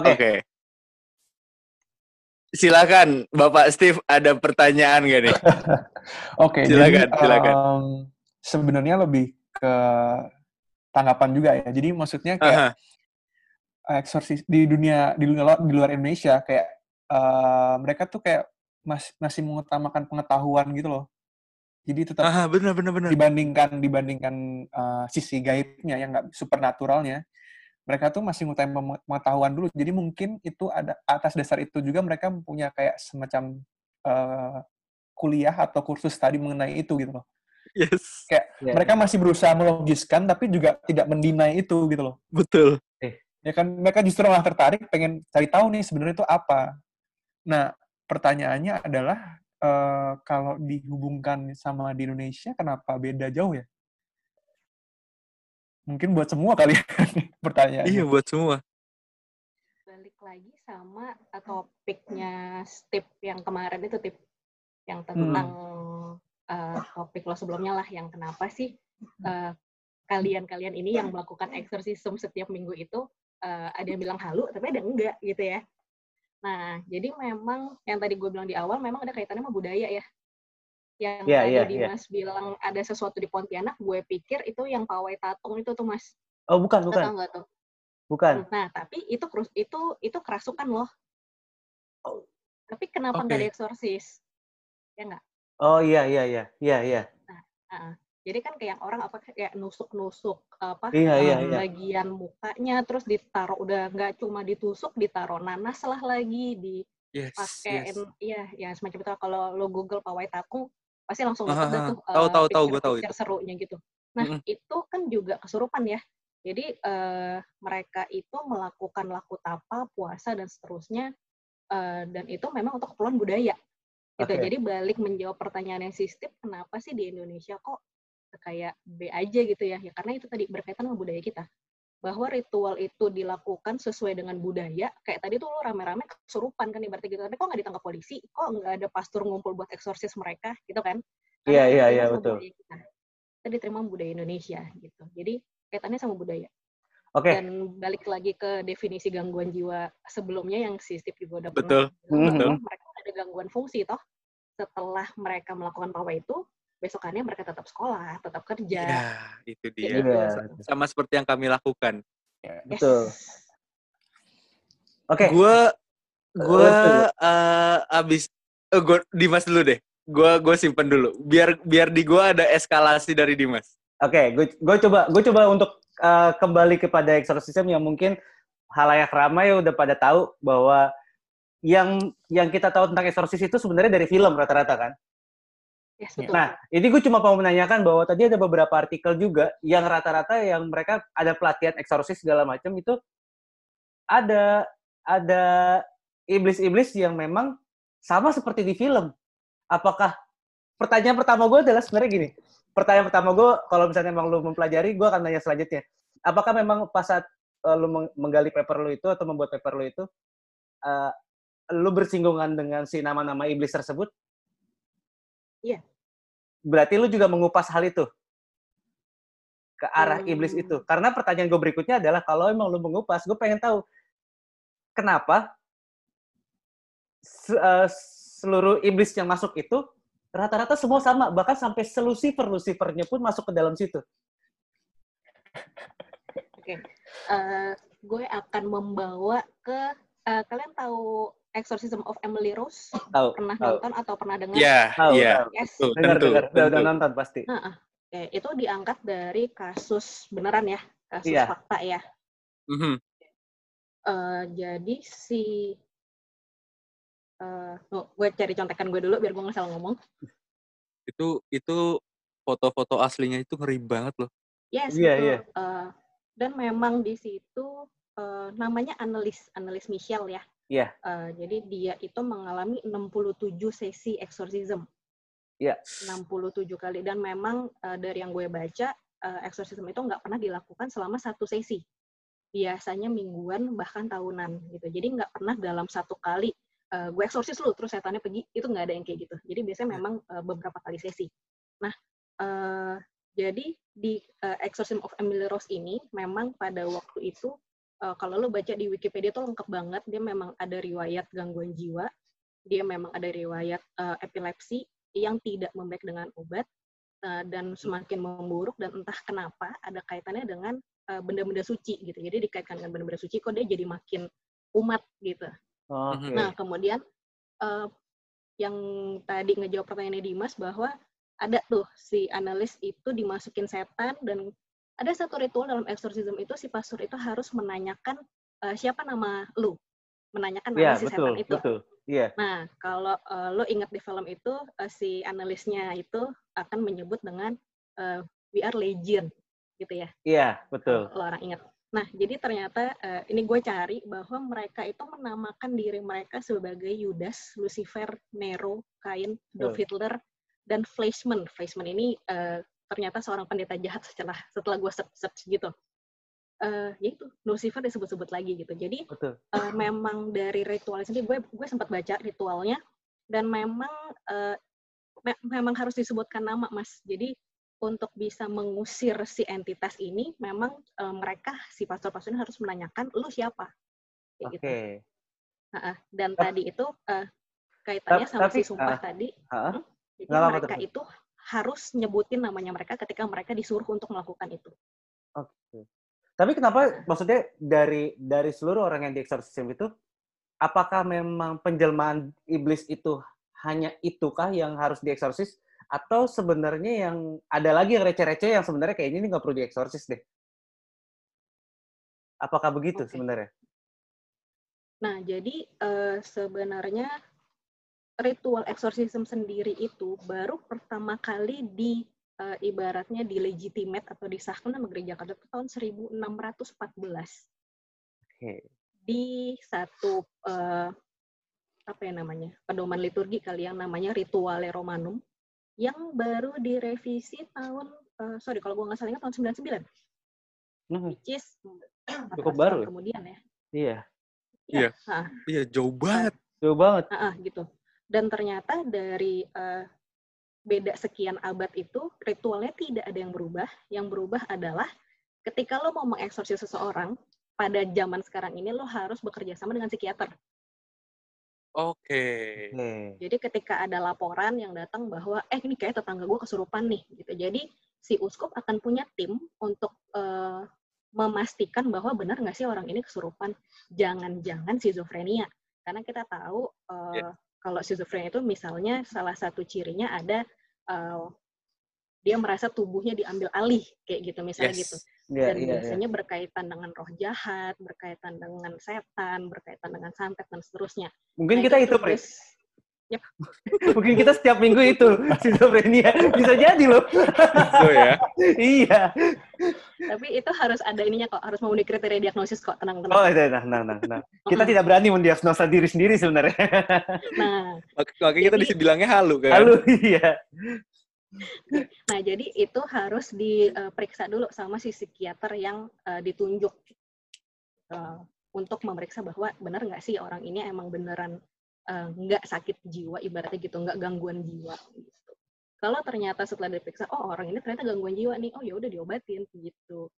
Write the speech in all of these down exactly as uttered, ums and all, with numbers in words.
Oke. Silakan Bapak Steve, ada pertanyaan gak nih? Oke, Silakan, jadi silakan. um, sebenarnya lebih ke tanggapan juga ya. Jadi maksudnya kayak Aha. eksorsis di dunia di luar di luar Indonesia kayak uh, mereka tuh kayak mas, masih mengutamakan pengetahuan gitu loh. Jadi tetap Aha, benar benar benar. dibandingkan dibandingkan uh, sisi gaibnya yang nggak supernaturalnya, mereka tuh masih ngutamain pengetahuan dulu. Jadi mungkin itu ada atas dasar itu juga mereka punya kayak semacam uh, kuliah atau kursus tadi mengenai itu gitu loh. Yes. Kayak Ya. mereka masih berusaha melogiskan tapi juga tidak mendinai itu gitu loh. Betul. Eh. Ya kan mereka justru malah tertarik pengen cari tahu nih sebenarnya itu apa. Nah, pertanyaannya adalah uh, kalau dihubungkan sama di Indonesia kenapa beda jauh ya? Mungkin buat semua kali ya pertanyaannya. Iya, buat semua. Balik lagi sama topiknya Steve yang kemarin itu, tip yang tentang hmm. uh, topik lo sebelumnya lah, yang kenapa sih uh, kalian-kalian ini yang melakukan eksorsisme setiap minggu itu uh, ada yang bilang halu, tapi ada enggak gitu ya. Nah, jadi memang yang tadi gue bilang di awal memang ada kaitannya sama budaya ya. Yang yeah, tadi yeah, Dimas yeah. bilang ada sesuatu di Pontianak, gue pikir itu yang pawai tatung itu tuh, Mas. Oh, bukan, bukan. Tahu nggak tuh? Bukan. Nah, tapi itu itu itu kerasukan loh. Oh. Tapi kenapa nggak okay. dieksorsis? Ya nggak? Oh iya iya iya iya iya. Nah, uh, jadi kan kayak orang apa kayak nusuk-nusuk apa iya, uh, iya, iya. bagian mukanya, terus ditaruh udah nggak cuma ditusuk, ditaruh nanas lah lagi, dipakein, yes, iya yes. ya semacam itu. Kalau lo Google pawai tatung pasti langsung dapat dah tuh tahu uh, tahu tahu gue tahu picture itu. serunya gitu. Nah mm-hmm. itu kan juga kesurupan ya. Jadi uh, mereka itu melakukan laku tapa, puasa dan seterusnya, uh, dan itu memang untuk keperluan budaya. Gitu. Okay. Jadi balik menjawab pertanyaan yang sistem, kenapa sih di Indonesia kok kayak B aja gitu ya? Ya karena itu tadi berkaitan sama budaya kita. Bahwa ritual itu dilakukan sesuai dengan budaya. Kayak tadi tuh lo rame-rame kesurupan kan ibaratnya gitu. Tapi kok nggak ditangkap polisi? Kok nggak ada pastor ngumpul buat eksorsis mereka? Gitu kan? Iya, iya, iya, betul. Kita. kita diterima budaya Indonesia gitu. Jadi kaitannya sama budaya. Oke. Okay. Dan balik lagi ke definisi gangguan jiwa sebelumnya yang si Steve juga udah betul. pernah Betul. bahwa mereka ada gangguan fungsi toh. Setelah mereka melakukan pawai itu, besokannya mereka tetap sekolah, tetap kerja. Ya, itu dia. Gitu. Yeah. Sama seperti yang kami lakukan. Yes. Betul. Oke. Okay. Gue gue uh, abis uh, gue Dimas dulu deh. Gue gue simpen dulu. Biar biar di gue ada eskalasi dari Dimas. Oke, okay, gue gue coba gue coba untuk uh, kembali kepada eksorsisme yang mungkin halayak ramai udah pada tahu bahwa yang yang kita tahu tentang eksorsis itu sebenarnya dari film rata-rata kan. Yes, betul. Nah, ini gue cuma mau menanyakan bahwa tadi ada beberapa artikel juga yang rata-rata yang mereka ada pelatihan eksorsis segala macam itu ada ada iblis-iblis yang memang sama seperti di film. Apakah pertanyaan pertama gue adalah sebenarnya gini. Pertanyaan pertama gue, kalau misalnya memang lu mempelajari, gue akan nanya selanjutnya. Apakah memang pas saat uh, lu menggali paper lu itu atau membuat paper lu itu, uh, lu bersinggungan dengan si nama-nama iblis tersebut? Iya. Berarti lu juga mengupas hal itu? Ke arah hmm. iblis itu? Karena pertanyaan gue berikutnya adalah, kalau emang lu mengupas, gue pengen tahu, kenapa se- uh, seluruh iblis yang masuk itu, rata-rata semua sama, bahkan sampai selucifer-lucifernya pun masuk ke dalam situ. Oke, okay. uh, gue akan membawa ke uh, kalian tahu Exorcism of Emily Rose? Tahu. Pernah tahu. nonton atau pernah dengar? Iya, tahu. Iya. Yes. Tuh, dengar, tentu, dengar. tentu. Udah nonton pasti. Nah, okay. Itu diangkat dari kasus beneran ya, kasus iya. fakta ya. Mm-hmm. Uh, jadi si Uh, oh, gue cari contekan gue dulu biar gue nggak salah ngomong. Itu itu foto-foto aslinya itu ngeri banget loh. Yes, yeah, betul. Yeah. Uh, dan memang di situ uh, namanya Annelies Annelies Michel ya. Iya. Yeah. Uh, jadi dia itu mengalami enam puluh tujuh sesi exorcism. Iya. Yeah. enam puluh tujuh kali, dan memang uh, dari yang gue baca uh, exorcism itu nggak pernah dilakukan selama satu sesi. Biasanya mingguan bahkan tahunan gitu. Jadi nggak pernah dalam satu kali Uh, gue eksorsis lu, terus setannya pergi, itu nggak ada yang kayak gitu. Jadi biasanya memang uh, beberapa kali sesi. Nah, uh, jadi di uh, Exorcism of Emily Rose ini, memang pada waktu itu uh, kalau lo baca di Wikipedia tuh lengkap banget. Dia memang ada riwayat gangguan jiwa, dia memang ada riwayat uh, epilepsi yang tidak membaik dengan obat, uh, dan semakin memburuk, dan entah kenapa ada kaitannya dengan uh, benda-benda suci gitu. Jadi dikaitkan dengan benda-benda suci, kok dia jadi makin umat gitu. Oke. Nah, kemudian uh, yang tadi ngejawab pertanyaannya Dimas, bahwa ada tuh si analis itu dimasukin setan, dan ada satu ritual dalam eksorsisme itu, si pastor itu harus menanyakan uh, siapa nama lu, menanyakan nama Iya, si betul, setan itu. betul. Iya. Nah, kalau uh, lo ingat di film itu, uh, si analisnya itu akan menyebut dengan uh, we are legion, gitu ya. Iya, betul. Kalau lo orang ingat. Nah, jadi ternyata uh, ini gue cari bahwa mereka itu menamakan diri mereka sebagai Yudas, Lucifer, Nero, Cain, Adolf Hitler, dan Fleischmann. Fleischmann ini uh, ternyata seorang pendeta jahat setelah setelah gue search gitu. Uh, ya itu, Lucifer disebut-sebut lagi gitu. Jadi uh, memang dari ritualnya sendiri, gue gue sempat baca ritualnya, dan memang uh, me- memang harus disebutkan nama, Mas. Jadi untuk bisa mengusir si entitas ini, memang uh, mereka, si pastor-pastor ini harus menanyakan, lu siapa? Oke. Okay. Gitu. Nah, dan uh, tadi itu uh, kaitannya uh, sama tapi, si sumpah uh, tadi. Uh, hmm? Jadi mereka terus. Itu harus nyebutin namanya mereka ketika mereka disuruh untuk melakukan itu. Oke. Okay. Tapi kenapa, maksudnya dari dari seluruh orang yang dieksorsisme itu, apakah memang penjelmaan iblis itu hanya itukah yang harus dieksorsis? Atau sebenarnya yang ada lagi yang receh-receh yang sebenarnya kayak ini nggak perlu dieksorsis deh? Apakah begitu okay. sebenarnya? Nah, jadi uh, sebenarnya ritual eksorsisme sendiri itu baru pertama kali di uh, ibaratnya dilegitimate atau disahkan sama Gereja Katolik tahun seribu enam ratus empat belas. Okay. Di satu uh, apa ya namanya? pedoman liturgi kali yang namanya Rituale Romanum, yang baru direvisi tahun, uh, sorry kalau gue nggak salah ingat tahun sembilan puluh sembilan. Hmm. Which is cukup baru. Kemudian ya. Iya. Iya. Iya, iya jauh banget. Uh, jauh banget. Uh, uh, gitu. Dan ternyata dari uh, beda sekian abad itu, ritualnya tidak ada yang berubah. Yang berubah adalah ketika lo mau mengeksorsis seseorang, pada zaman sekarang ini lo harus bekerja sama dengan psikiater. Oke. Okay. Jadi ketika ada laporan yang datang bahwa eh ini kayak tetangga gue kesurupan nih, gitu. Jadi si uskup akan punya tim untuk uh, memastikan bahwa benar nggak sih orang ini kesurupan. Jangan-jangan skizofrenia, karena kita tahu uh, yeah. kalau skizofrenia itu misalnya salah satu cirinya ada uh, dia merasa tubuhnya diambil alih kayak gitu misalnya yes. gitu. Dan yeah, yeah, biasanya yeah. berkaitan dengan roh jahat, berkaitan dengan setan, berkaitan dengan santet dan seterusnya. Mungkin nah, kita itu, Pris. Yep. Mungkin kita setiap minggu itu skizofrenia. Bisa jadi loh. Itu ya. Iya. Tapi itu harus ada ininya kok, harus memenuhi kriteria diagnosis kok, tenang-tenang. Oh, nah, nah, nah, nah. Kita tidak berani mendiagnosa diri sendiri sebenarnya. Nah, makanya kita dibilangnya halu kan. Halu, iya. Nah, jadi itu harus diperiksa dulu sama si psikiater yang uh, ditunjuk uh, untuk memeriksa bahwa benar nggak sih orang ini emang beneran uh, nggak sakit jiwa, ibaratnya gitu, nggak gangguan jiwa. Gitu. Kalau ternyata setelah diperiksa, oh orang ini ternyata gangguan jiwa nih, oh ya udah diobatin gitu.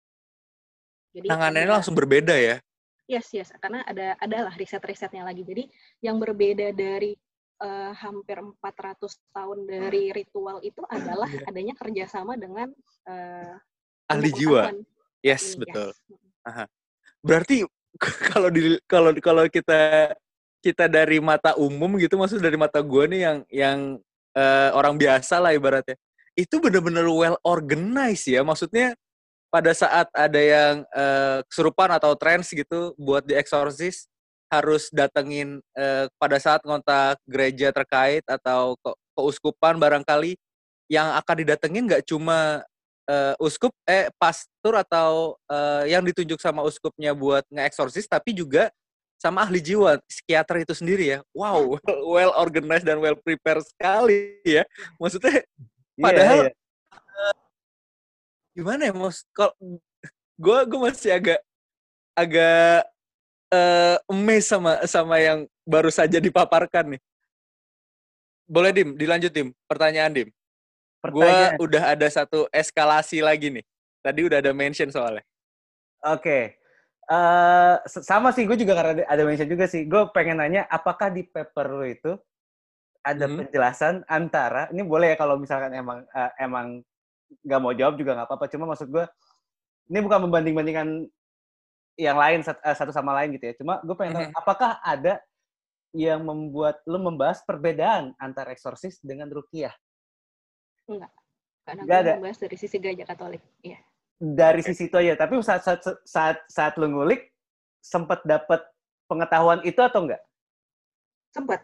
Jadi tangannya ada, langsung berbeda ya? Yes, yes, karena ada adalah riset-risetnya lagi. Jadi yang berbeda dari Uh, hampir empat ratus tahun dari ritual itu adalah yeah. adanya kerjasama dengan uh, ahli jiwa. Yes, ini, betul. Yes. Aha. Berarti kalau di kalau kalau kita kita dari mata umum gitu, maksud dari mata gue nih yang yang uh, orang biasa lah ibaratnya, itu benar-benar well organized ya. Maksudnya pada saat ada yang uh, kesurupan atau trance gitu buat dieksorsis, harus datengin eh, pada saat ngontak gereja terkait atau ke, keuskupan barangkali yang akan didatengin nggak cuma eh, uskup eh pastor atau eh, yang ditunjuk sama uskupnya buat nge-eksorsis, tapi juga sama ahli jiwa, psikiater itu sendiri ya. Wow, well organized dan well prepared sekali ya. Maksudnya padahal yeah, yeah. gimana ya, Mas? Kalau gue gue masih agak agak Uh, amazed sama sama yang baru saja dipaparkan nih. Boleh Dim, dilanjut Dim. Pertanyaan Dim. Pertanyaan. Gua udah ada satu eskalasi lagi nih. Tadi udah ada mention soalnya. Oke. Okay. Uh, sama sih, gue juga karena ada mention juga sih. Gue pengen nanya, apakah di paper lo itu ada hmm. penjelasan antara, ini boleh ya kalau misalkan emang uh, emang nggak mau jawab juga nggak apa-apa. Cuma maksud gue, ini bukan membanding-bandingkan yang lain satu sama lain gitu ya. Cuma gue pengen tahu, hmm. apakah ada yang membuat lo membahas perbedaan antara eksorsis dengan ruqyah? Enggak. Karena gue ada. Membahas dari sisi gereja Katolik. Iya. Dari sisi itu aja, tapi saat saat saat, saat lu ngulik sempat dapat pengetahuan itu atau enggak? Sempat.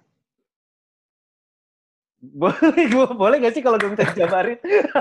Boleh, gue boleh nggak sih kalau gue minta jabarin?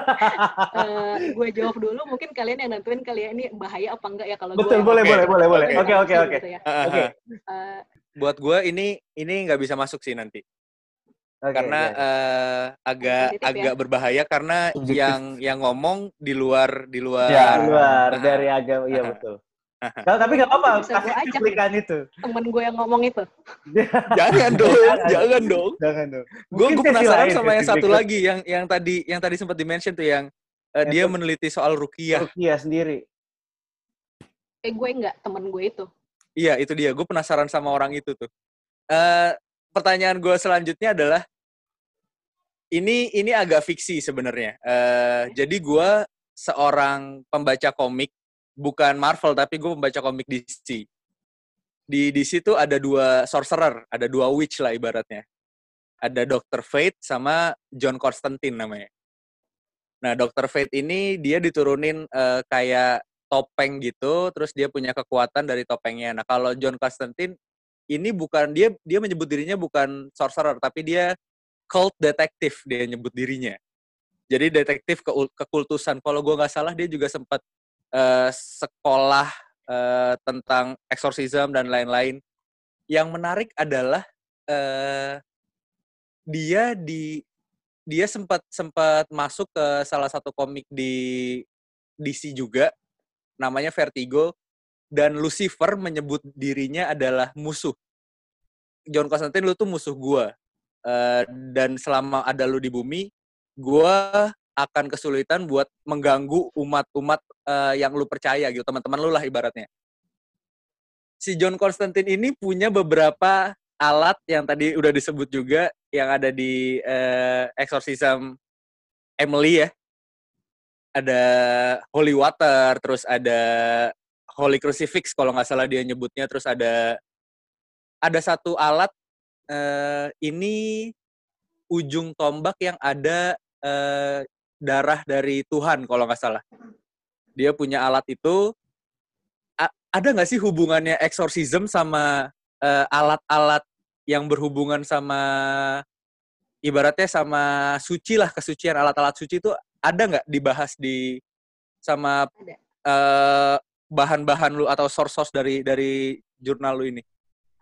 uh, gue jawab dulu, mungkin kalian yang nentuin kali ya ini bahaya apa enggak ya kalau gue. Betul, boleh, boleh, boleh, boleh. Oke, oke, oke. Oke. Buat gue ini ini nggak bisa masuk sih nanti. Okay, karena okay. Uh, agak Sensitif, agak ya? Berbahaya karena Subjektif. yang yang ngomong di luar di luar ya, di luar uh, dari agama, iya betul. Nah, tapi nggak apa-apa, kasih cuplikan itu. Temen gue yang ngomong itu. Jangan dong, jangan dong. Jangan dong. Gue gue penasaran sama yang satu lagi yang yang tadi yang tadi sempat di-mention tuh yang uh, dia meneliti soal ruqyah. Ruqyah sendiri. Eh gue enggak, temen gue itu. Iya, itu dia. Gue penasaran sama orang itu tuh. Uh, pertanyaan gue selanjutnya adalah ini ini agak fiksi sebenarnya. Uh, jadi gue seorang pembaca komik, bukan Marvel tapi gue pembaca komik D C. Di D C tuh ada dua sorcerer, ada dua witch lah ibaratnya. Ada dokter Fate sama John Constantine namanya. Nah, dokter Fate ini dia diturunin uh, kayak topeng gitu, terus dia punya kekuatan dari topengnya. Nah, kalau John Constantine ini bukan dia dia menyebut dirinya bukan sorcerer tapi dia cult detective, dia nyebut dirinya. Jadi detektif ke kekultusan. Kalau gue nggak salah dia juga sempat uh, sekolah uh, tentang exorcism dan lain-lain. Yang menarik adalah uh, dia di dia sempat sempat masuk ke salah satu komik di D C juga, namanya Vertigo, dan Lucifer menyebut dirinya adalah musuh. John Constantine, lu tuh musuh gue. Uh, dan selama ada lu di bumi, gue akan kesulitan buat mengganggu umat-umat uh, yang lu percaya gitu, teman-teman lu lah ibaratnya. Si John Constantine ini punya beberapa alat yang tadi udah disebut juga, yang ada di uh, Exorcism Emily ya. Ada Holy Water, terus ada Holy Crucifix kalau nggak salah dia nyebutnya, terus ada ada satu alat. Uh, ini ujung tombak yang ada uh, darah dari Tuhan kalau nggak salah. Dia punya alat itu. A- ada nggak sih hubungannya exorcism sama uh, alat-alat yang berhubungan sama ibaratnya sama suci lah, kesucian, alat-alat suci itu ada nggak dibahas di sama uh, bahan-bahan lu atau source-source dari dari jurnal lu ini?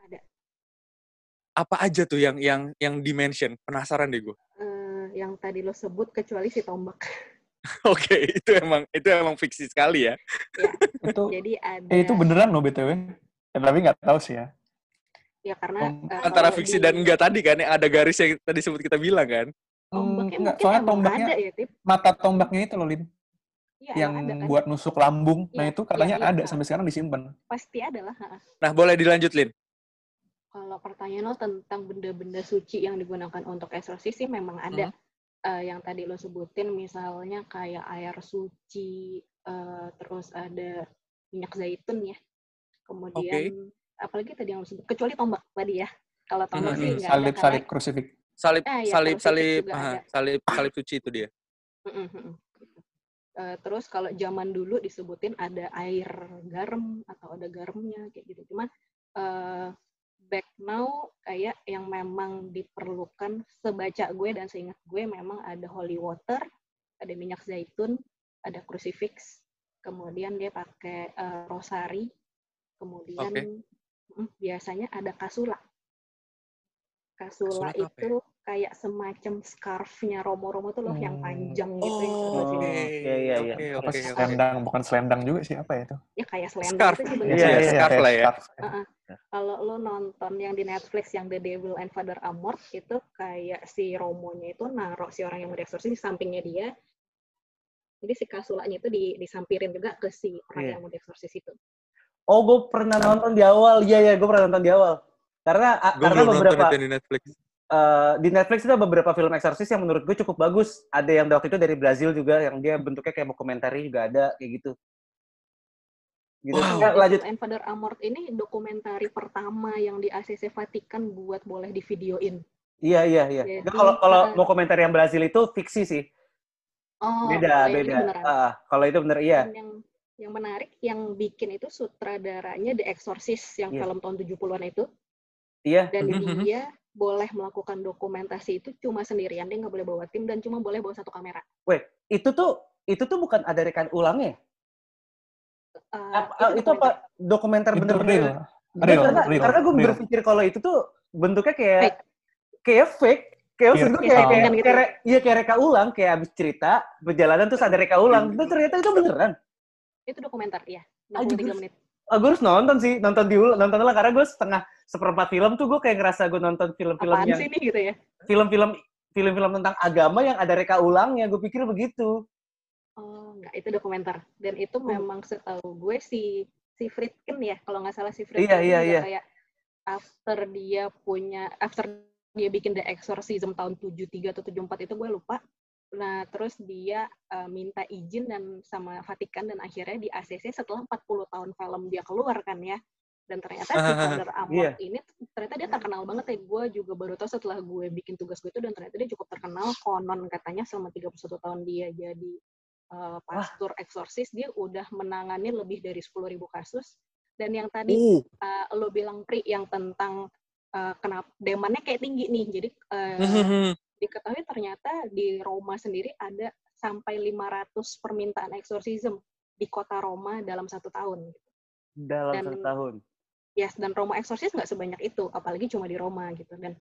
Apa aja tuh yang yang yang di-mention? Penasaran deh gue. Uh, yang tadi lo sebut kecuali si tombak. Oke, okay, itu emang itu emang fiksi sekali ya. Ya itu, jadi ada. Eh, itu beneran loh B T W. Ya, tapi nggak tahu sih ya. Ya karena Tom, uh, antara fiksi di... dan enggak tadi kan, yang ada garis yang tadi sebut kita bilang kan. Tombaknya enggak, mungkin soalnya emang tombaknya, ada ya, Tip. Mata tombaknya itu loh, Lin. Ya, yang ada, kan? Buat nusuk lambung. Ya, nah itu katanya ya, ya, ada ya. Sampai sekarang disimpan. Pasti ada lah. Nah, boleh dilanjut, Lin. Kalau pertanyaan lo tentang benda-benda suci yang digunakan untuk eksorsis sih memang ada. Hmm. Uh, yang tadi lo sebutin misalnya kayak air suci, uh, terus ada minyak zaitun ya. Kemudian, okay. apalagi tadi yang lo sebut, kecuali tombak tadi ya. Kalau tombak hmm. sih nggak salib, ada. Salib, krusifik. Salib, eh, ya, salib, salib, uh, salib, salib suci itu dia. Uh, terus kalau zaman dulu disebutin ada air garam atau ada garamnya kayak gitu. Cuman uh, back now kayak yang memang diperlukan sebaca gue dan seingat gue memang ada holy water, ada minyak zaitun, ada crucifix, kemudian dia pakai uh, rosari, kemudian okay. mm, biasanya ada kasula. Kasula, kasula itu ya? Kayak semacam scarf-nya Romo-Romo tuh loh, hmm. yang panjang gitu. Oh, yang oke. Iya, iya, iya. Apa okay, selendang, okay. bukan selendang juga sih, apa ya itu? Ya kayak selendang scarf. itu sih bener. Iya, iya, scarf lah ya. Uh-uh. Kalau lo nonton yang di Netflix yang The Devil and Father Amorth, itu kayak si Romonya itu naruh si orang yang mau dieksorsis di sampingnya dia. Jadi si kasulanya itu disampirin juga ke si orang yeah. yang mau dieksorsis itu. Oh, gue pernah nonton di awal. Iya, iya, gue pernah nonton di awal. Karena Gue karena belum beberapa nonton itu di Netflix. Uh, di Netflix itu ada beberapa film eksorsis yang menurut gue cukup bagus. Ada yang waktu itu dari Brazil juga, yang dia bentuknya kayak dokumenter juga ada, kayak gitu. Gitu. Wow. Ya, lanjut. And Father Amorth ini dokumentari pertama yang di A C C Vatikan buat boleh divideoin. Iya, iya, iya. Jadi, kalau kalau uh, dokumenter yang Brazil itu fiksi sih. Oh, beda, oh ya, beda. Beneran. Uh, kalau itu bener, iya. Dan yang yang menarik, yang bikin itu sutradaranya The Exorcist, yang yeah. film tahun tujuh puluhan itu. Iya. Dan dia boleh melakukan dokumentasi itu cuma sendirian, dia nggak boleh bawa tim dan cuma boleh bawa satu kamera. Wait, itu tuh itu tuh bukan ada rekan ulangnya? Uh, apa, itu, itu apa dokumenter bener-bener? Real, karena real, karena gue real. berpikir kalau itu tuh bentuknya kayak fake. kayak fake. Kayak maksud gue kayak, kayak, gitu. kayak, iya kayak reka ulang, kayak abis cerita, perjalanan terus ada reka ulang. Itu ternyata itu beneran. Itu dokumenter, ya. enam puluh tiga menit. Oh, gue harus nonton sih, nonton di nonton lah karena gue setengah seperempat film tuh gue kayak ngerasa gue nonton film-film Apaan yang sih ini gitu ya? Film-film film-film tentang agama yang ada reka ulangnya, gue pikir begitu. Oh, enggak, itu dokumenter. Dan itu oh. memang setahu gue si si Friedkin ya, kalau nggak salah si Friedkin iya, iya, juga iya. kayak after dia punya after dia bikin The Exorcism tahun tujuh tiga atau tujuh empat itu gue lupa. Nah, terus dia uh, minta izin dan sama Vatikan dan akhirnya di A C C setelah empat puluh tahun film dia keluar kan ya. Dan ternyata si Father Amorth yeah. ini ternyata dia terkenal banget ya. Gue juga baru tahu setelah gue bikin tugas gue itu dan ternyata dia cukup terkenal. Konon katanya selama tiga puluh satu tahun dia jadi uh, pastor eksorsis, dia udah menangani lebih dari sepuluh ribu kasus. Dan yang tadi uh. uh, lo bilang Pri yang tentang uh, kenapa demannya kayak tinggi nih. Jadi uh, diketahui ternyata di Roma sendiri ada sampai lima ratus permintaan eksorsisme di kota Roma dalam satu tahun. Dalam dan, satu tahun? Yes, dan Roma eksorsis nggak sebanyak itu, apalagi cuma di Roma gitu. Dan